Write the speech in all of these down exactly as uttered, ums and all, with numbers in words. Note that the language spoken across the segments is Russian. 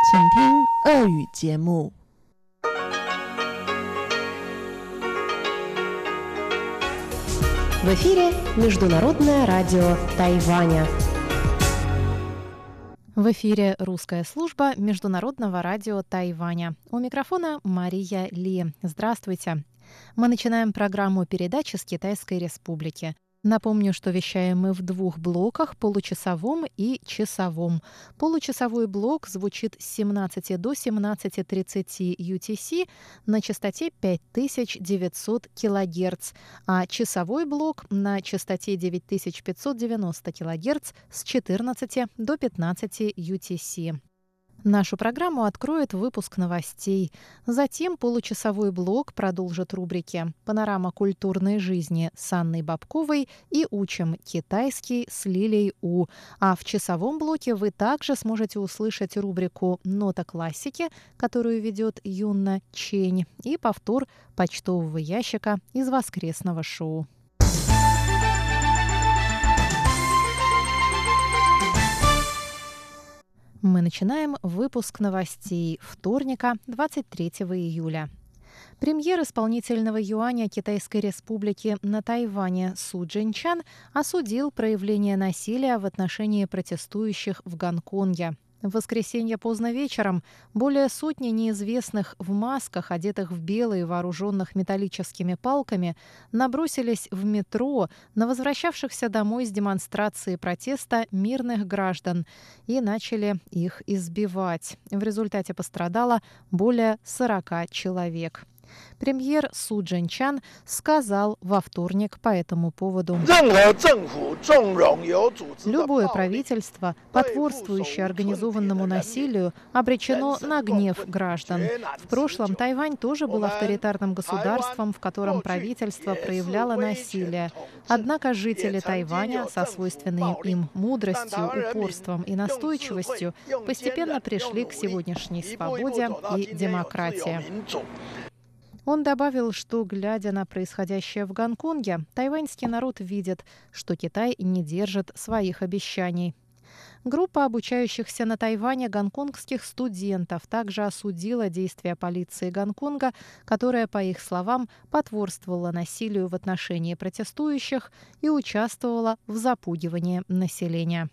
请听俄语节目。 В эфире Международное радио Тайваня. В эфире русская служба Международного радио Тайваня. У микрофона Мария Ли. Здравствуйте. Мы начинаем программу передачи с Китайской Республики. Напомню, что вещаем мы в двух блоках – получасовом и часовом. Получасовой блок звучит с семнадцати до семнадцати тридцати ю ти си на частоте пять тысяч девятьсот килогерц, а часовой блок на частоте девять тысяч пятьсот девяносто килогерц с четырнадцати до пятнадцати ю ти си. Нашу программу откроет выпуск новостей. Затем получасовой блок продолжит рубрики «Панорама культурной жизни» с Анной Бабковой и «Учим китайский» с Лилией У. А в часовом блоке вы также сможете услышать рубрику «Нота классики», которую ведет Юнна Чень, и повтор почтового ящика из воскресного шоу. Мы начинаем выпуск новостей вторника, двадцать третьего июля. Премьер исполнительного юаня Китайской Республики на Тайване Су Чжэньчан осудил проявление насилия в отношении протестующих в Гонконге. В воскресенье поздно вечером более сотни неизвестных в масках, одетых в белые, вооруженных металлическими палками, набросились в метро на возвращавшихся домой с демонстрации протеста мирных граждан и начали их избивать. В результате пострадало более сорока человек. Премьер Су Чжэньчан сказал во вторник по этому поводу: «Любое правительство, потворствующее организованному насилию, обречено на гнев граждан. В прошлом Тайвань тоже был авторитарным государством, в котором правительство проявляло насилие. Однако жители Тайваня со свойственной им мудростью, упорством и настойчивостью постепенно пришли к сегодняшней свободе и демократии». Он добавил, что, глядя на происходящее в Гонконге, тайваньский народ видит, что Китай не держит своих обещаний. Группа обучающихся на Тайване гонконгских студентов также осудила действия полиции Гонконга, которая, по их словам, потворствовала насилию в отношении протестующих и участвовала в запугивании населения.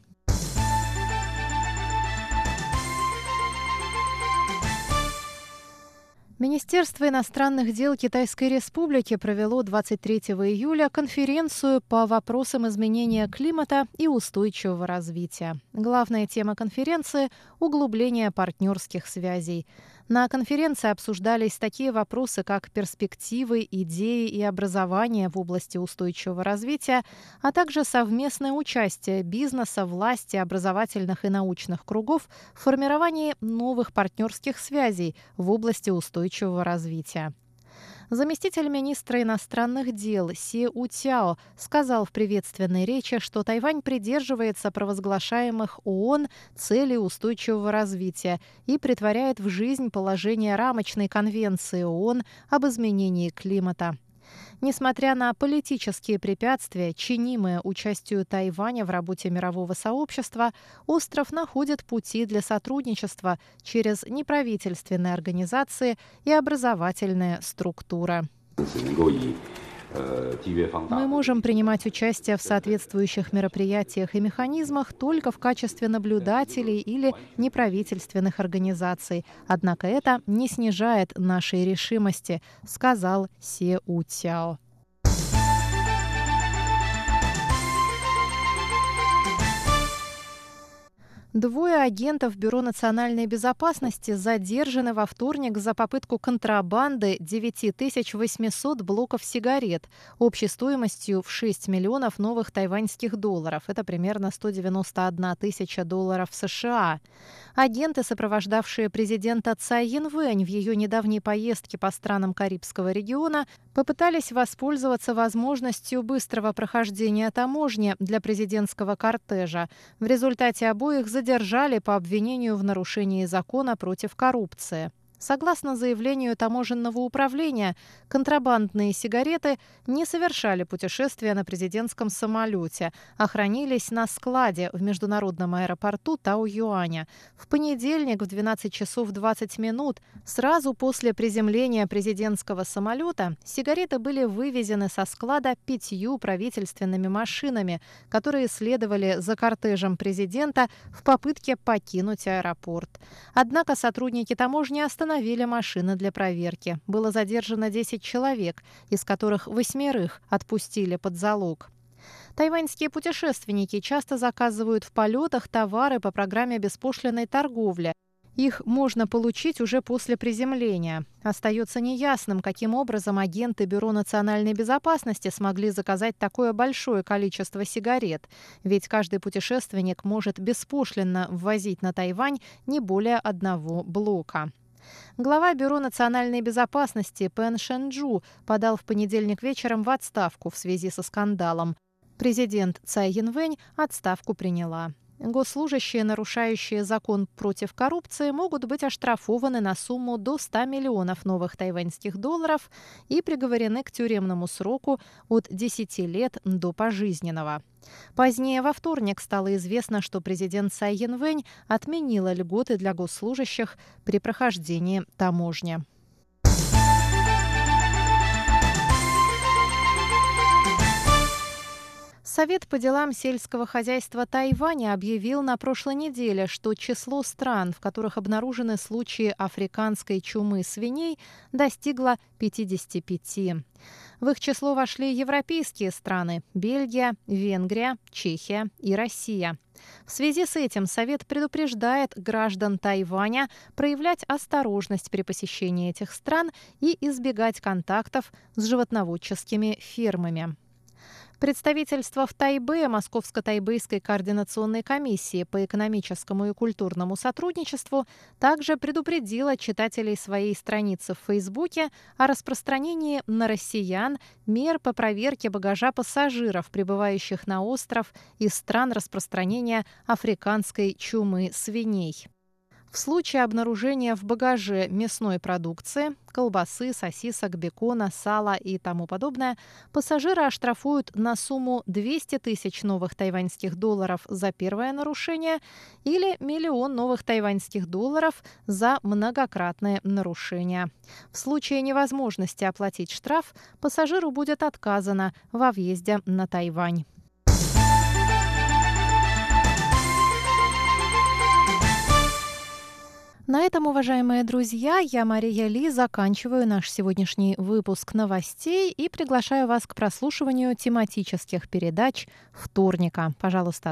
Министерство иностранных дел Китайской Республики провело двадцать третьего июля конференцию по вопросам изменения климата и устойчивого развития. Главная тема конференции – углубление партнерских связей. На конференции обсуждались такие вопросы, как перспективы, идеи и образование в области устойчивого развития, а также совместное участие бизнеса, власти, образовательных и научных кругов в формировании новых партнерских связей в области устойчивого развития. Заместитель министра иностранных дел Се Утяо сказал в приветственной речи, что Тайвань придерживается провозглашаемых ООН целей устойчивого развития и претворяет в жизнь положение рамочной конвенции ООН об изменении климата. Несмотря на политические препятствия, чинимые участию Тайваня в работе мирового сообщества, остров находит пути для сотрудничества через неправительственные организации и образовательные структуры. Мы можем принимать участие в соответствующих мероприятиях и механизмах только в качестве наблюдателей или неправительственных организаций. Однако это не снижает нашей решимости, сказал Се Утяо. Двое агентов Бюро национальной безопасности задержаны во вторник за попытку контрабанды девять тысяч восемьсот блоков сигарет общей стоимостью в шесть миллионов новых тайваньских долларов. Это примерно сто девяносто одна тысяча долларов США. Агенты, сопровождавшие президента Цай Янвэнь в ее недавней поездке по странам Карибского региона, попытались воспользоваться возможностью быстрого прохождения таможни для президентского кортежа. В результате обоих задержали по обвинению в нарушении закона против коррупции. Согласно заявлению таможенного управления, контрабандные сигареты не совершали путешествия на президентском самолете, а хранились на складе в международном аэропорту Таоюаня. В понедельник в двенадцать часов двадцать минут, сразу после приземления президентского самолета, сигареты были вывезены со склада пятью правительственными машинами, которые следовали за кортежем президента в попытке покинуть аэропорт. Однако сотрудники таможни остановились. Остановили машины для проверки. Было задержано десять человек, из которых восьмерых отпустили под залог. Тайваньские путешественники часто заказывают в полетах товары по программе беспошлинной торговли. Их можно получить уже после приземления. Остается неясным, каким образом агенты Бюро национальной безопасности смогли заказать такое большое количество сигарет. Ведь каждый путешественник может беспошлинно ввозить на Тайвань не более одного блока. Глава Бюро национальной безопасности Пэн Шэньчжу подал в понедельник вечером в отставку в связи со скандалом. Президент Цай Янвэнь отставку приняла. Госслужащие, нарушающие закон против коррупции, могут быть оштрафованы на сумму до ста миллионов новых тайваньских долларов и приговорены к тюремному сроку от десяти лет до пожизненного. Позднее во вторник стало известно, что президент Цай Янвэнь отменила льготы для госслужащих при прохождении таможни. Совет по делам сельского хозяйства Тайваня объявил на прошлой неделе, что число стран, в которых обнаружены случаи африканской чумы свиней, достигло пятидесяти пяти. В их число вошли европейские страны – Бельгия, Венгрия, Чехия и Россия. В связи с этим Совет предупреждает граждан Тайваня проявлять осторожность при посещении этих стран и избегать контактов с животноводческими фермами. Представительство в Тайбе Московско-Тайбэйской координационной комиссии по экономическому и культурному сотрудничеству также предупредило читателей своей страницы в Фейсбуке о распространении на россиян мер по проверке багажа пассажиров, прибывающих на остров из стран распространения африканской чумы свиней. В случае обнаружения в багаже мясной продукции, колбасы, сосисок, бекона, сала и тому подобное, пассажира оштрафуют на сумму двести тысяч новых тайваньских долларов за первое нарушение или миллион новых тайваньских долларов за многократное нарушение. В случае невозможности оплатить штраф, пассажиру будет отказано во въезде на Тайвань. На этом, уважаемые друзья, я, Мария Ли, заканчиваю наш сегодняшний выпуск новостей и приглашаю вас к прослушиванию тематических передач вторника. Пожалуйста,